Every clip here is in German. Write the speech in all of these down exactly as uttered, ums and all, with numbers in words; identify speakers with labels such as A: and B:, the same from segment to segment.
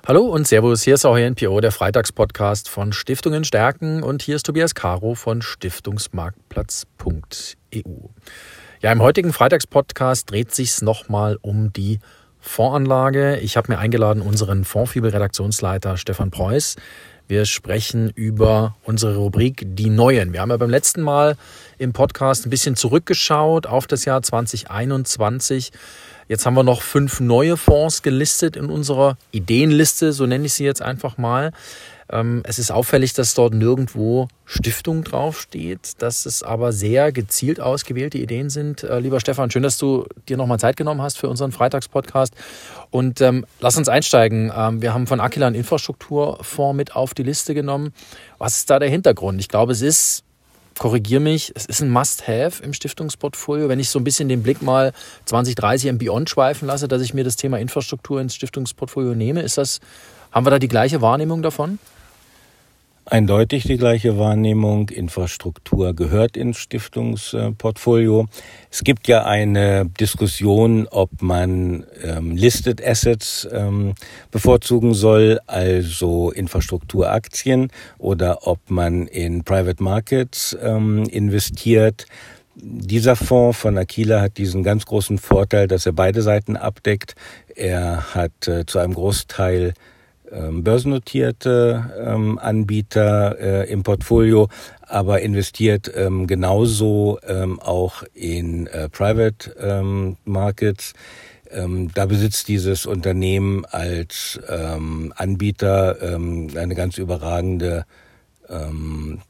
A: Hallo und Servus, hier ist auch N P O, der Freitagspodcast von Stiftungen stärken, und hier ist Tobias Caro von Stiftungsmarktplatz punkt e u. Ja, im heutigen Freitagspodcast dreht sich's nochmal um die Fondsanlage. Ich habe mir eingeladen unseren Fondsfibel-Redaktionsleiter Stefan Preuß. Wir sprechen über unsere Rubrik Die Neuen. Wir haben ja beim letzten Mal im Podcast ein bisschen zurückgeschaut auf das Jahr zwanzig einundzwanzig. Jetzt haben wir noch fünf neue Fonds gelistet in unserer Ideenliste, so nenne ich sie jetzt einfach mal. Es ist auffällig, dass dort nirgendwo Stiftung draufsteht, dass es aber sehr gezielt ausgewählte Ideen sind. Lieber Stefan, schön, dass du dir nochmal Zeit genommen hast für unseren Freitagspodcast. Und ähm, lass uns einsteigen. Ähm, wir haben von Aquila einen Infrastrukturfonds mit auf die Liste genommen. Was ist da der Hintergrund? Ich glaube, es ist, korrigier mich, es ist ein Must-Have im Stiftungsportfolio. Wenn ich so ein bisschen den Blick mal zwanzig dreißig and Beyond schweifen lasse, dass ich mir das Thema Infrastruktur ins Stiftungsportfolio nehme, ist das, haben wir da die gleiche Wahrnehmung davon?
B: Eindeutig die gleiche Wahrnehmung. Infrastruktur gehört ins Stiftungsportfolio. Es gibt ja eine Diskussion, ob man ähm, Listed Assets ähm, bevorzugen soll, also Infrastrukturaktien, oder ob man in Private Markets ähm, investiert. Dieser Fonds von Aquila hat diesen ganz großen Vorteil, dass er beide Seiten abdeckt. Er hat äh, zu einem Großteil Ähm, börsennotierte ähm, Anbieter äh, im Portfolio, aber investiert ähm, genauso ähm, auch in äh, Private ähm, Markets. Ähm, da besitzt dieses Unternehmen als ähm, Anbieter ähm, eine ganz überragende ähm,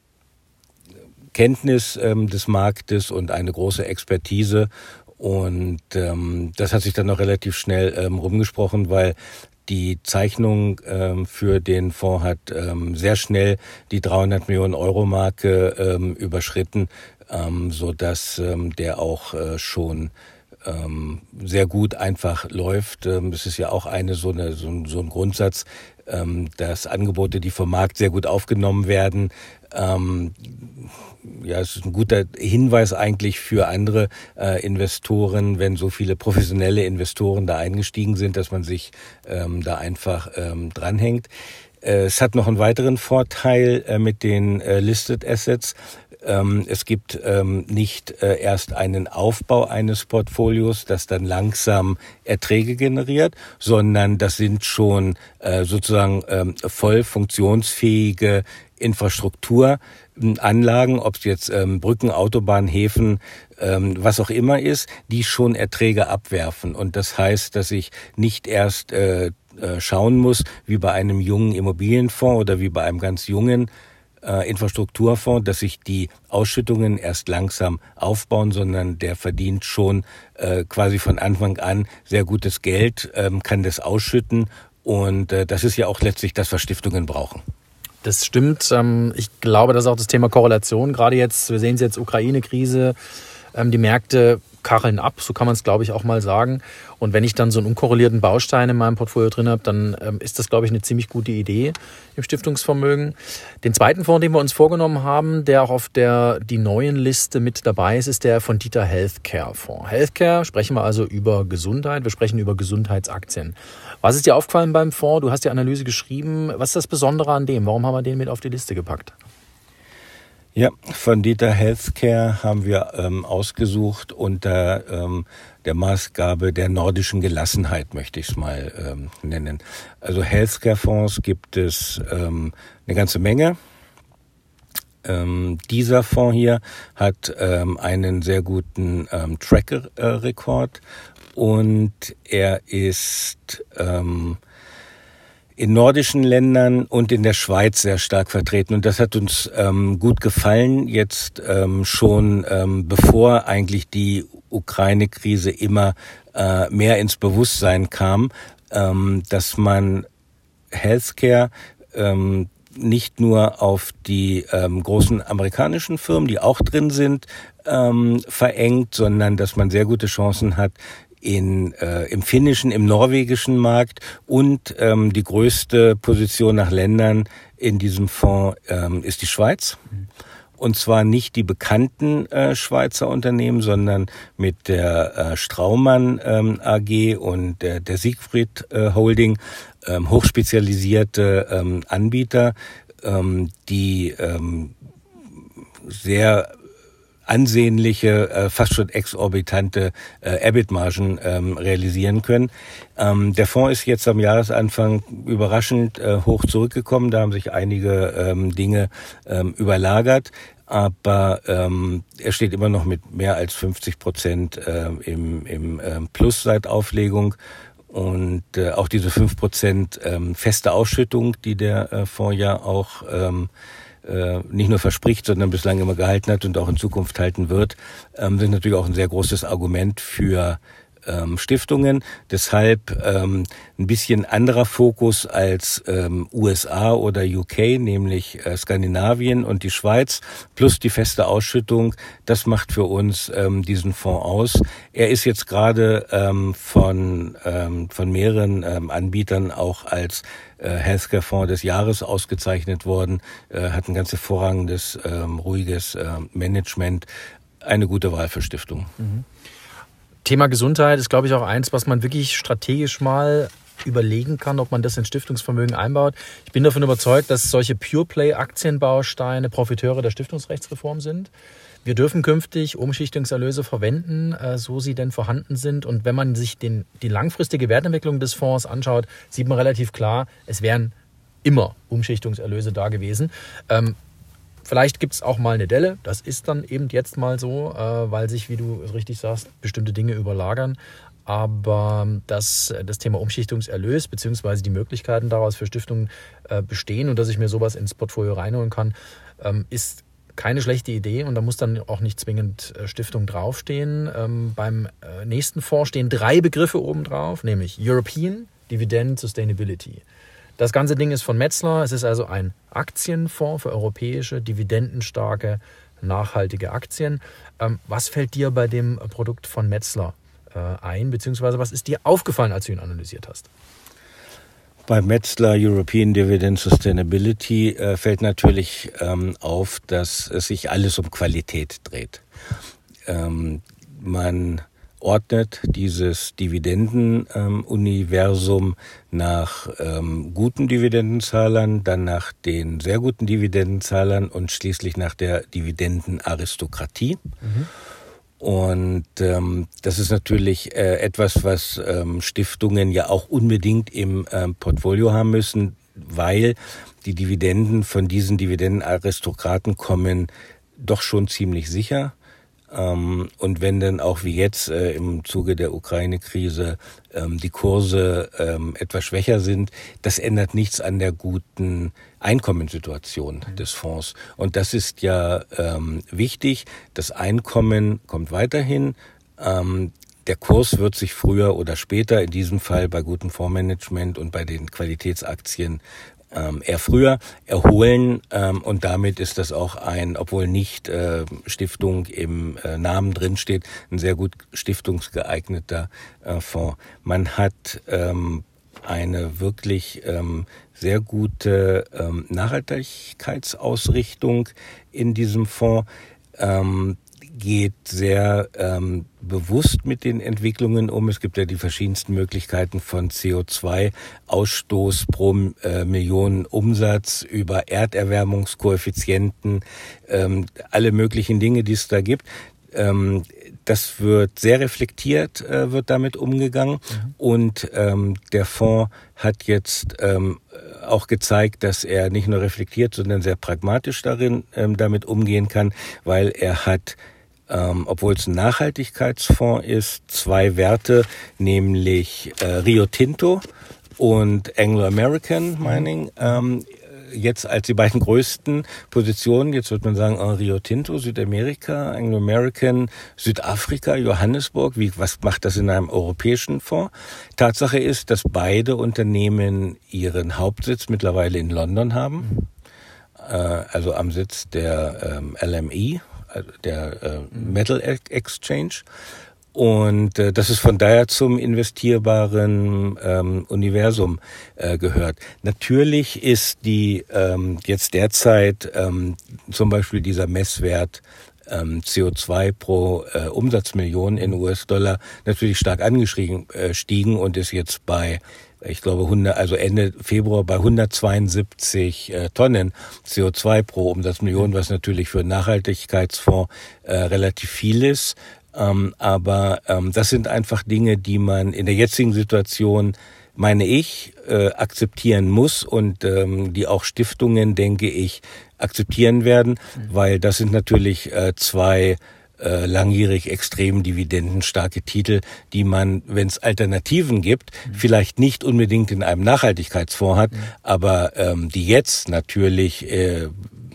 B: Kenntnis ähm, des Marktes und eine große Expertise. Und ähm, das hat sich dann noch relativ schnell ähm, rumgesprochen, weil die Zeichnung ähm, für den Fonds hat ähm, sehr schnell die dreihundert Millionen Euro Marke ähm, überschritten, ähm, so dass ähm, der auch äh, schon ähm, sehr gut einfach läuft. Ähm, es ist ja auch eine so eine so ein, so ein Grundsatz, ähm, dass Angebote, die vom Markt sehr gut aufgenommen werden, ähm, ja, es ist ein guter Hinweis eigentlich für andere äh, Investoren, wenn so viele professionelle Investoren da eingestiegen sind, dass man sich ähm, da einfach ähm, dranhängt. Äh, es hat noch einen weiteren Vorteil äh, mit den äh, Listed Assets. Ähm, es gibt ähm, nicht äh, erst einen Aufbau eines Portfolios, das dann langsam Erträge generiert, sondern das sind schon äh, sozusagen ähm, voll funktionsfähige Infrastrukturanlagen, ob es jetzt ähm, Brücken, Autobahnen, Häfen, ähm, was auch immer ist, die schon Erträge abwerfen. Und das heißt, dass ich nicht erst äh, äh, schauen muss, wie bei einem jungen Immobilienfonds oder wie bei einem ganz jungen äh, Infrastrukturfonds, dass sich die Ausschüttungen erst langsam aufbauen, sondern der verdient schon äh, quasi von Anfang an sehr gutes Geld, ähm, kann das ausschütten. Und äh, das ist ja auch letztlich das, was Stiftungen brauchen.
A: Das stimmt. Ich glaube, das ist auch das Thema Korrelation. Gerade jetzt, wir sehen es jetzt, Ukraine-Krise, die Märkte kacheln ab, so kann man es, glaube ich, auch mal sagen. Und wenn ich dann so einen unkorrelierten Baustein in meinem Portfolio drin habe, dann ist das, glaube ich, eine ziemlich gute Idee im Stiftungsvermögen. Den zweiten Fonds, den wir uns vorgenommen haben, der auch auf der die neuen Liste mit dabei ist, ist der von Dieter Healthcare Fonds. Healthcare, sprechen wir also über Gesundheit, wir sprechen über Gesundheitsaktien. Was ist dir aufgefallen beim Fonds? Du hast die Analyse geschrieben. Was ist das Besondere an dem? Warum haben wir den mit auf die Liste gepackt?
B: Ja, von Dieter Healthcare haben wir ähm, ausgesucht unter ähm, der Maßgabe der nordischen Gelassenheit, möchte ich es mal ähm, nennen. Also Healthcare-Fonds gibt es ähm, eine ganze Menge. Ähm, dieser Fonds hier hat ähm, einen sehr guten ähm, Track-Record und er ist ähm, in nordischen Ländern und in der Schweiz sehr stark vertreten. Und das hat uns ähm, gut gefallen, jetzt ähm, schon ähm, bevor eigentlich die Ukraine-Krise immer äh, mehr ins Bewusstsein kam, ähm, dass man Healthcare ähm, nicht nur auf die ähm, großen amerikanischen Firmen, die auch drin sind, ähm, verengt, sondern dass man sehr gute Chancen hat, in äh, im finnischen, im norwegischen Markt, und ähm, die größte Position nach Ländern in diesem Fonds ähm, ist die Schweiz. Und zwar nicht die bekannten äh, Schweizer Unternehmen, sondern mit der äh, Straumann ähm, A G und der, der Siegfried äh, Holding, ähm, hochspezialisierte ähm, Anbieter, ähm, die ähm, sehr ansehnliche, äh, fast schon exorbitante äh, E B I T-Margen ähm, realisieren können. Ähm, der Fonds ist jetzt am Jahresanfang überraschend äh, hoch zurückgekommen. Da haben sich einige ähm, Dinge ähm, überlagert. Aber ähm, er steht immer noch mit mehr als fünfzig Prozent äh, im, im äh, Plus seit Auflegung. Und äh, auch diese fünf Prozent ähm, feste Ausschüttung, die der äh, Fonds ja auch ähm, nicht nur verspricht, sondern bislang immer gehalten hat und auch in Zukunft halten wird, ähm, sind natürlich auch ein sehr großes Argument für ähm, Stiftungen. Deshalb ähm, ein bisschen anderer Fokus als ähm, U S A oder U K, nämlich äh, Skandinavien und die Schweiz, plus die feste Ausschüttung. Das macht für uns ähm, diesen Fonds aus. Er ist jetzt gerade ähm, von, ähm, von mehreren ähm, Anbietern auch als Healthcare-Fonds des Jahres ausgezeichnet worden, äh, hat ein ganz hervorragendes, ähm, ruhiges äh, Management. Eine gute Wahl für Stiftungen.
A: Mhm. Thema Gesundheit ist, glaube ich, auch eins, was man wirklich strategisch mal überlegen kann, ob man das in Stiftungsvermögen einbaut. Ich bin davon überzeugt, dass solche Pure-Play-Aktienbausteine Profiteure der Stiftungsrechtsreform sind. Wir dürfen künftig Umschichtungserlöse verwenden, so sie denn vorhanden sind. Und wenn man sich den, die langfristige Wertentwicklung des Fonds anschaut, sieht man relativ klar, es wären immer Umschichtungserlöse da gewesen. Ähm, vielleicht gibt es auch mal eine Delle. Das ist dann eben jetzt mal so, äh, weil sich, wie du richtig sagst, bestimmte Dinge überlagern. Aber dass das Thema Umschichtungserlös bzw. die Möglichkeiten daraus für Stiftungen äh, bestehen und dass ich mir sowas ins Portfolio reinholen kann, ähm, ist keine schlechte Idee, und da muss dann auch nicht zwingend Stiftung draufstehen. Ähm, beim äh, nächsten Fonds stehen drei Begriffe oben drauf, nämlich European Dividend Sustainability. Das ganze Ding ist von Metzler. Es ist also ein Aktienfonds für europäische, dividendenstarke, nachhaltige Aktien. Ähm, was fällt dir bei dem Produkt von Metzler äh, ein, beziehungsweise was ist dir aufgefallen, als du ihn analysiert hast?
B: Bei Metzler European Dividend Sustainability äh, fällt natürlich ähm, auf, dass es sich alles um Qualität dreht. Ähm, man ordnet dieses Dividendenuniversum ähm, nach ähm, guten Dividendenzahlern, dann nach den sehr guten Dividendenzahlern und schließlich nach der Dividendenaristokratie. Mhm. Und ähm, das ist natürlich äh, etwas, was ähm, Stiftungen ja auch unbedingt im ähm, Portfolio haben müssen, weil die Dividenden von diesen Dividendenaristokraten kommen doch schon ziemlich sicher. Ähm, und wenn dann auch wie jetzt äh, im Zuge der Ukraine-Krise ähm, die Kurse ähm, etwas schwächer sind, das ändert nichts an der guten Einkommenssituation des Fonds. Und das ist ja ähm, wichtig. Das Einkommen kommt weiterhin. Ähm, der Kurs wird sich früher oder später, in diesem Fall bei gutem Fondsmanagement und bei den Qualitätsaktien, Ähm, eher früher erholen, ähm, und damit ist das auch ein, obwohl nicht äh, Stiftung im äh, Namen drinsteht, ein sehr gut stiftungsgeeigneter äh, Fonds. Man hat ähm, eine wirklich ähm, sehr gute ähm, Nachhaltigkeitsausrichtung in diesem Fonds, ähm, geht sehr ähm, bewusst mit den Entwicklungen um. Es gibt ja die verschiedensten Möglichkeiten von C O zwei Ausstoß pro äh, Million Umsatz über Erderwärmungskoeffizienten, ähm, alle möglichen Dinge, die es da gibt. Ähm, das wird sehr reflektiert, äh, wird damit umgegangen. Mhm. Und ähm, der Fonds hat jetzt ähm, auch gezeigt, dass er nicht nur reflektiert, sondern sehr pragmatisch darin ähm, damit umgehen kann, weil er hat, Ähm, obwohl es ein Nachhaltigkeitsfonds ist, zwei Werte, nämlich äh, Rio Tinto und Anglo-American Mining, ähm, jetzt als die beiden größten Positionen. Jetzt wird man sagen, oh, Rio Tinto, Südamerika, Anglo-American, Südafrika, Johannesburg. Wie, was macht das in einem europäischen Fonds? Tatsache ist, dass beide Unternehmen ihren Hauptsitz mittlerweile in London haben, äh, also am Sitz der ähm, L M E, der äh, Metal Exchange. und äh, dass es von daher zum investierbaren ähm, Universum äh, gehört. Natürlich ist die ähm, jetzt derzeit ähm, zum Beispiel dieser Messwert ähm, C O zwei pro äh, Umsatzmillion in U S-Dollar natürlich stark angestiegen äh, stiegen und ist jetzt bei, ich glaube, hundert, also Ende Februar bei hundertzweiundsiebzig äh, Tonnen C O zwei pro Umsatzmillion, was natürlich für einen Nachhaltigkeitsfonds äh, relativ viel ist. Ähm, aber ähm, das sind einfach Dinge, die man in der jetzigen Situation, meine ich, äh, akzeptieren muss und ähm, die auch Stiftungen, denke ich, akzeptieren werden, mhm. weil das sind natürlich äh, zwei äh, langjährig extrem dividendenstarke Titel, die man, wenn es Alternativen gibt, mhm. vielleicht nicht unbedingt in einem Nachhaltigkeitsfonds hat, mhm. aber ähm, die jetzt natürlich äh,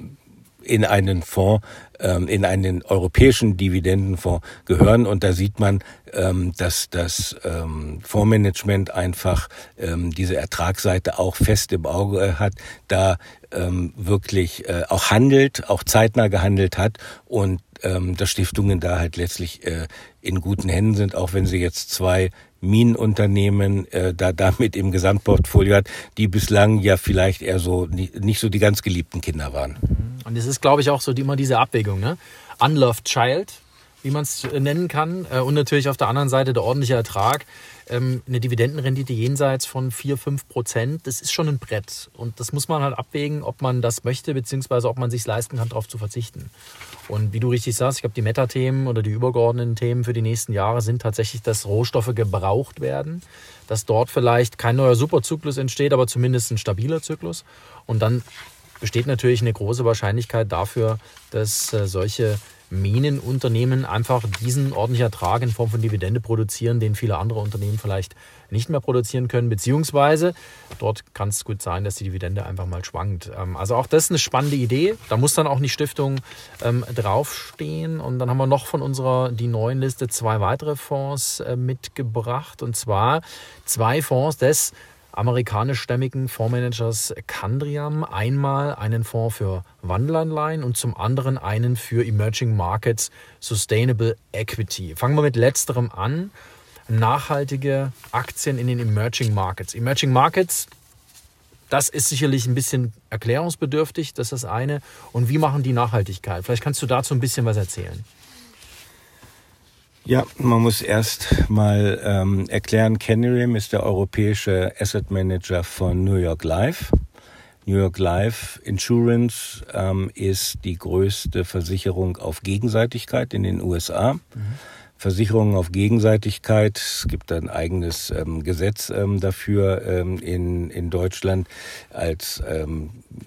B: in einen Fonds, ähm, in einen europäischen Dividendenfonds gehören. Und da sieht man, ähm, dass das ähm, Fondsmanagement einfach ähm, diese Ertragsseite auch fest im Auge hat, da ähm, wirklich äh, auch handelt, auch zeitnah gehandelt hat und ähm, dass Stiftungen da halt letztlich äh, in guten Händen sind, auch wenn sie jetzt zwei Minenunternehmen äh, da damit im Gesamtportfolio hat, die bislang ja vielleicht eher so nicht, nicht so die ganz geliebten Kinder waren.
A: Und es ist, glaube ich, auch so die, immer diese Abwägung, ne? Unloved Child, wie man es nennen kann, äh, und natürlich auf der anderen Seite der ordentliche Ertrag. Ähm, eine Dividendenrendite jenseits von vier, fünf Prozent, das ist schon ein Brett. Und das muss man halt abwägen, ob man das möchte, beziehungsweise ob man sich leisten kann, darauf zu verzichten. Und wie du richtig sagst, ich glaube, die Metathemen oder die übergeordneten Themen für die nächsten Jahre sind tatsächlich, dass Rohstoffe gebraucht werden, dass dort vielleicht kein neuer Superzyklus entsteht, aber zumindest ein stabiler Zyklus. Und dann besteht natürlich eine große Wahrscheinlichkeit dafür, dass äh, solche Minenunternehmen einfach diesen ordentlichen Ertrag in Form von Dividende produzieren, den viele andere Unternehmen vielleicht nicht mehr produzieren können, beziehungsweise dort kann es gut sein, dass die Dividende einfach mal schwankt. Ähm, also auch das ist eine spannende Idee. Da muss dann auch die Stiftung ähm, draufstehen. Und dann haben wir noch von unserer die neuen Liste zwei weitere Fonds äh, mitgebracht, und zwar zwei Fonds des amerikanischstämmigen Fondsmanagers Candriam. Einmal einen Fonds für Wandelanleihen und zum anderen einen für Emerging Markets Sustainable Equity. Fangen wir mit letzterem an. Nachhaltige Aktien in den Emerging Markets. Emerging Markets, das ist sicherlich ein bisschen erklärungsbedürftig, das ist das eine. Und wie machen die Nachhaltigkeit? Vielleicht kannst du dazu ein bisschen was erzählen.
B: Ja, man muss erst mal ähm, erklären, Candriam ist der europäische Asset Manager von New York Life. New York Life Insurance ähm, ist die größte Versicherung auf Gegenseitigkeit in den U S A. Mhm. Versicherungen auf Gegenseitigkeit, es gibt ein eigenes ähm, Gesetz ähm, dafür ähm, in, in Deutschland als ähm,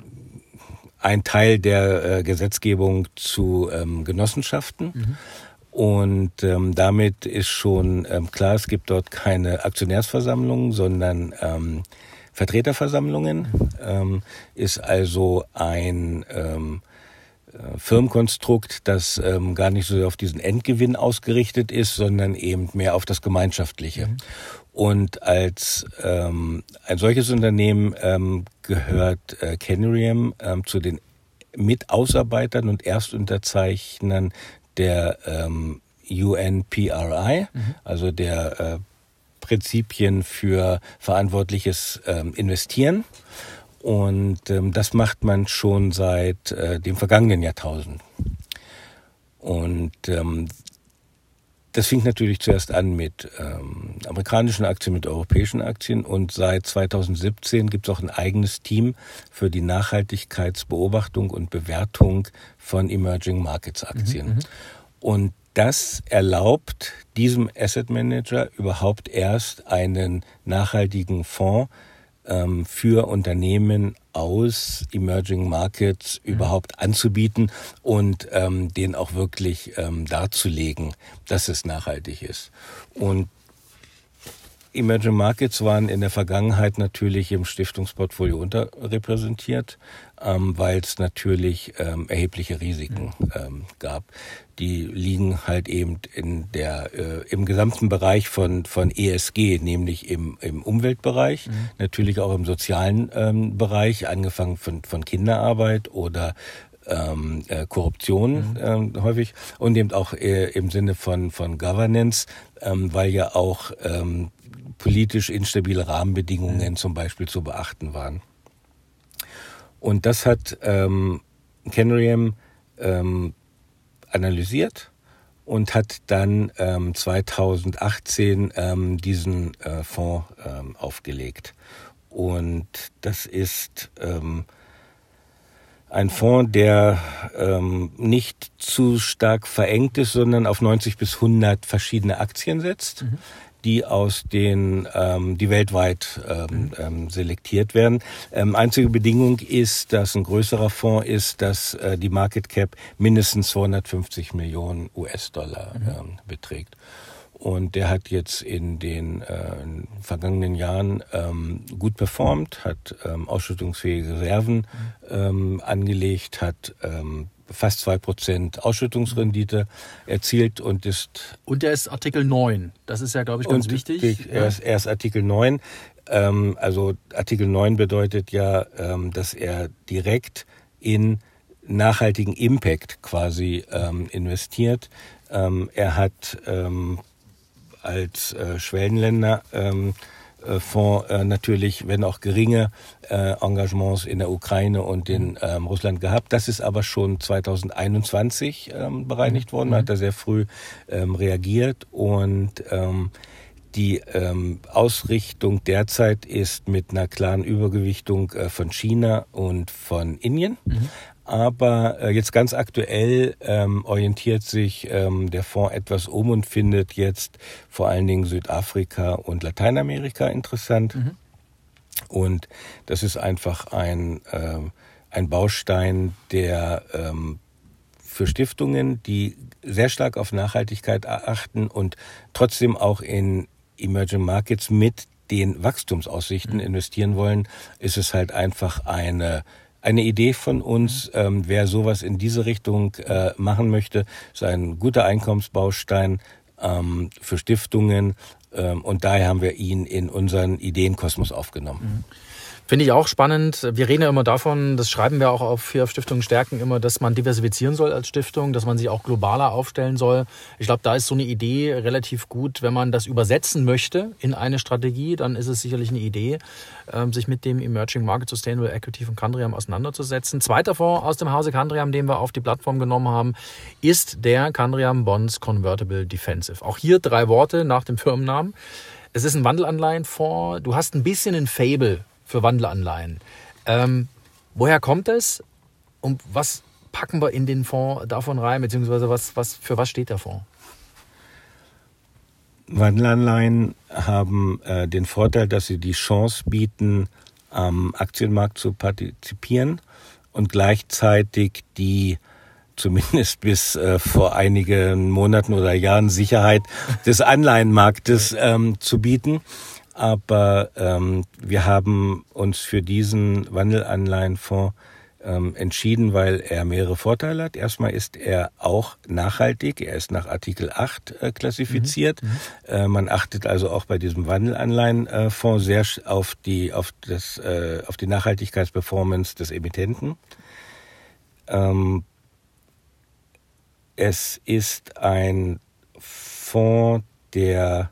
B: ein Teil der äh, Gesetzgebung zu ähm, Genossenschaften. Mhm. Und ähm, damit ist schon ähm, klar, es gibt dort keine Aktionärsversammlungen, sondern ähm, Vertreterversammlungen. Ähm, ist also ein ähm, Firmenkonstrukt, das ähm, gar nicht so auf diesen Endgewinn ausgerichtet ist, sondern eben mehr auf das Gemeinschaftliche. Mhm. Und als ähm, ein solches Unternehmen ähm, gehört äh, Candriam ähm, zu den Mitausarbeitern und Erstunterzeichnern der ähm, U N P R I, mhm. also der äh, Prinzipien für verantwortliches ähm, Investieren. Und ähm, das macht man schon seit äh, dem vergangenen Jahrtausend. Und ähm, das fing natürlich zuerst an mit ähm, amerikanischen Aktien, mit europäischen Aktien. Und seit zweitausendsiebzehn gibt es auch ein eigenes Team für die Nachhaltigkeitsbeobachtung und Bewertung von Emerging Markets Aktien. Mhm, und das erlaubt diesem Asset Manager überhaupt erst einen nachhaltigen Fonds ähm, für Unternehmen aus Emerging Markets mhm. überhaupt anzubieten und ähm, den auch wirklich ähm, darzulegen, dass es nachhaltig ist. Und Emerging Markets waren in der Vergangenheit natürlich im Stiftungsportfolio unterrepräsentiert, ähm, weil es natürlich ähm, erhebliche Risiken ähm, gab. Die liegen halt eben in der äh, im gesamten Bereich von von E S G, nämlich im im Umweltbereich, mhm. natürlich auch im sozialen ähm, Bereich, angefangen von von Kinderarbeit oder ähm, äh, Korruption mhm. äh, häufig und eben auch äh, im Sinne von von Governance, ähm, weil ja auch ähm, politisch instabile Rahmenbedingungen mhm. zum Beispiel zu beachten waren. Und das hat ähm, Canarium ähm, analysiert und hat dann ähm, zweitausendachtzehn ähm, diesen äh, Fonds ähm, aufgelegt. Und das ist ähm, ein Fonds, der ähm, nicht zu stark verengt ist, sondern auf neunzig bis hundert verschiedene Aktien setzt, mhm. die aus den, ähm, die weltweit ähm, ähm, selektiert werden. Ähm, einzige Bedingung ist, dass ein größerer Fonds ist, dass äh, die Market Cap mindestens zweihundertfünfzig Millionen U S-Dollar mhm. ähm, beträgt. Und der hat jetzt in den äh, in vergangenen Jahren ähm, gut performt, hat ähm, ausschüttungsfähige Reserven ähm, angelegt, hat ähm, fast zwei Prozent Ausschüttungsrendite erzielt und ist...
A: Und er ist Artikel neun. Das ist ja, glaube ich, ganz wichtig.
B: Ich, er, ist, er ist Artikel neun. Ähm, also Artikel neun bedeutet ja, ähm, dass er direkt in nachhaltigen Impact quasi ähm, investiert. Ähm, er hat... Ähm, als äh, Schwellenländer ähm, äh, Fonds äh, natürlich, wenn auch geringe äh, Engagements in der Ukraine und in ähm, Russland gehabt. Das ist aber schon zweitausendeinundzwanzig ähm, bereinigt worden. Da hat er sehr früh ähm, reagiert und ähm, die ähm, Ausrichtung derzeit ist mit einer klaren Übergewichtung äh, von China und von Indien. Mhm. Aber äh, jetzt ganz aktuell ähm, orientiert sich ähm, der Fonds etwas um und findet jetzt vor allen Dingen Südafrika und Lateinamerika interessant. Mhm. Und das ist einfach ein, ähm, ein Baustein, der ähm, für Stiftungen, die sehr stark auf Nachhaltigkeit achten und trotzdem auch in Emerging Markets mit den Wachstumsaussichten mhm. investieren wollen, ist es halt einfach eine Eine Idee von uns, ähm, wer sowas in diese Richtung äh, machen möchte, ist ein guter Einkommensbaustein ähm, für Stiftungen ähm, und daher haben wir ihn in unseren Ideenkosmos aufgenommen.
A: Mhm. Finde ich auch spannend. Wir reden ja immer davon, das schreiben wir auch auf, hier auf Stiftungen stärken immer, dass man diversifizieren soll als Stiftung, dass man sich auch globaler aufstellen soll. Ich glaube, da ist so eine Idee relativ gut. Wenn man das übersetzen möchte in eine Strategie, dann ist es sicherlich eine Idee, sich mit dem Emerging Market Sustainable Equity von Canarium auseinanderzusetzen. Zweiter Fonds aus dem Hause Canarium, den wir auf die Plattform genommen haben, ist der Canarium Bonds Convertible Defensive. Auch hier drei Worte nach dem Firmennamen. Es ist ein Wandelanleihenfonds. Du hast ein bisschen ein Faible für Wandelanleihen. Ähm, woher kommt es und was packen wir in den Fonds davon rein, beziehungsweise was, was, für was steht der Fonds?
B: Wandelanleihen haben äh, den Vorteil, dass sie die Chance bieten, am Aktienmarkt zu partizipieren und gleichzeitig die zumindest bis äh, vor einigen Monaten oder Jahren Sicherheit des Anleihenmarktes ähm, zu bieten. Aber ähm, wir haben uns für diesen Wandelanleihenfonds ähm, entschieden, weil er mehrere Vorteile hat. Erstmal ist er auch nachhaltig. Er ist nach Artikel acht äh, klassifiziert. Mhm. Äh, man achtet also auch bei diesem Wandelanleihenfonds sehr auf die, auf das, äh, auf die Nachhaltigkeitsperformance des Emittenten. Ähm, es ist ein Fonds, der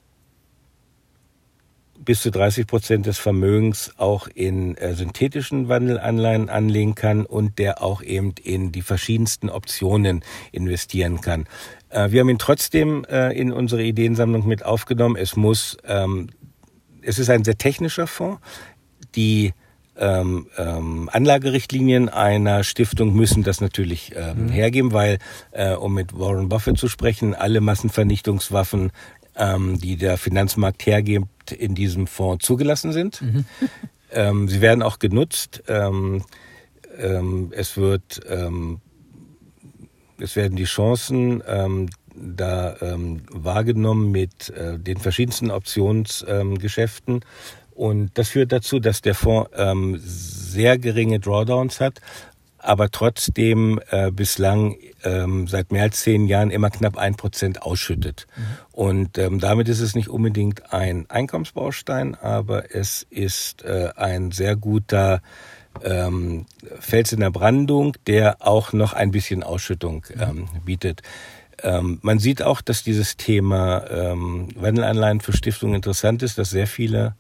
B: bis zu dreißig Prozent des Vermögens auch in äh, synthetischen Wandelanleihen anlegen kann und der auch eben in die verschiedensten Optionen investieren kann. Äh, wir haben ihn trotzdem äh, in unsere Ideensammlung mit aufgenommen. Es muss, ähm, es ist ein sehr technischer Fonds. Die ähm, ähm, Anlagerichtlinien einer Stiftung müssen das natürlich ähm, mhm. hergeben, weil, äh, um mit Warren Buffett zu sprechen, alle Massenvernichtungswaffen, ähm, die der Finanzmarkt hergibt, in diesem Fonds zugelassen sind. Mhm. Ähm, sie werden auch genutzt. Ähm, ähm, es wird, ähm, es werden die Chancen ähm, da ähm, wahrgenommen mit äh, den verschiedensten Optionsgeschäften. Ähm, Und das führt dazu, dass der Fonds ähm, sehr geringe Drawdowns hat, aber trotzdem äh, bislang ähm, seit mehr als zehn Jahren immer knapp ein Prozent ausschüttet. Mhm. Und ähm, damit ist es nicht unbedingt ein Einkommensbaustein, aber es ist äh, ein sehr guter ähm, Fels in der Brandung, der auch noch ein bisschen Ausschüttung ähm, bietet. Ähm, man sieht auch, dass dieses Thema ähm, Wandelanleihen für Stiftungen interessant ist, dass sehr viele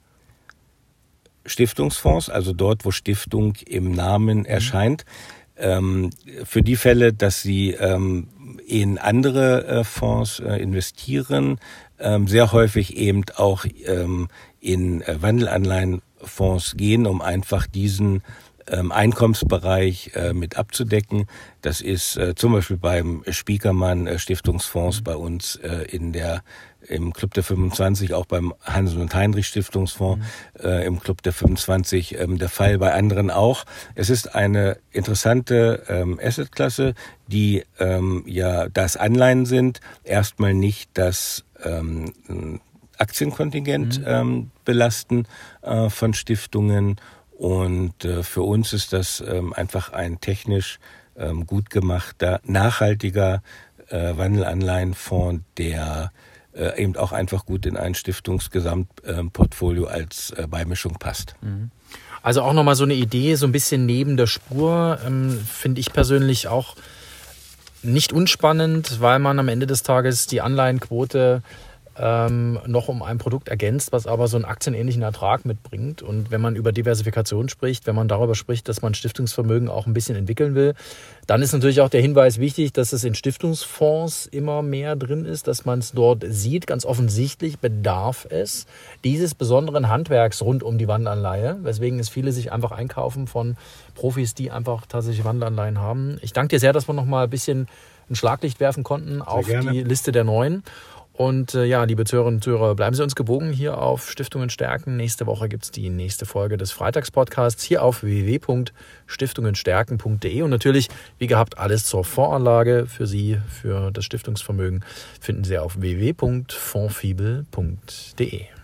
B: Stiftungsfonds, also dort, wo Stiftung im Namen erscheint, ähm, für die Fälle, dass sie ähm, in andere äh, Fonds äh, investieren, ähm, sehr häufig eben auch ähm, in äh, Wandelanleihenfonds gehen, um einfach diesen ähm, Einkommensbereich äh, mit abzudecken. Das ist äh, zum Beispiel beim Spiekermann äh, Stiftungsfonds bei uns äh, in der im Club der fünfundzwanzig, auch beim Hans und Heinrich Stiftungsfonds, mhm. äh, im Club der fünfundzwanzig ähm, der Fall, bei anderen auch. Es ist eine interessante ähm, Assetklasse, die ähm, ja, das Anleihen sind, erstmal nicht das ähm, Aktienkontingent mhm. ähm, belasten äh, von Stiftungen. Und äh, für uns ist das ähm, einfach ein technisch ähm, gut gemachter, nachhaltiger äh, Wandelanleihenfonds, der äh, eben auch einfach gut in ein Stiftungsgesamtportfolio äh, als äh, Beimischung passt.
A: Also auch nochmal so eine Idee, so ein bisschen neben der Spur, ähm, finde ich persönlich auch nicht unspannend, weil man am Ende des Tages die Anleihenquote ähm, noch um ein Produkt ergänzt, was aber so einen aktienähnlichen Ertrag mitbringt. Und wenn man über Diversifikation spricht, wenn man darüber spricht, dass man Stiftungsvermögen auch ein bisschen entwickeln will, dann ist natürlich auch der Hinweis wichtig, dass es in Stiftungsfonds immer mehr drin ist, dass man es dort sieht. Ganz offensichtlich bedarf es dieses besonderen Handwerks rund um die Wandelanleihe, weswegen es viele sich einfach einkaufen von Profis, die einfach tatsächlich Wandelanleihen haben. Ich danke dir sehr, dass wir noch mal ein bisschen ein Schlaglicht werfen konnten sehr auf gerne. Die Liste der Neuen. Und äh, ja, liebe Zuhörerinnen und Zuhörer, bleiben Sie uns gewogen hier auf Stiftungen stärken. Nächste Woche gibt es die nächste Folge des Freitagspodcasts hier auf w w w punkt stiftungen stärken punkt d e. Und natürlich, wie gehabt, alles zur Fondsanlage für Sie, für das Stiftungsvermögen, finden Sie auf w w w punkt fondsfibel punkt d e.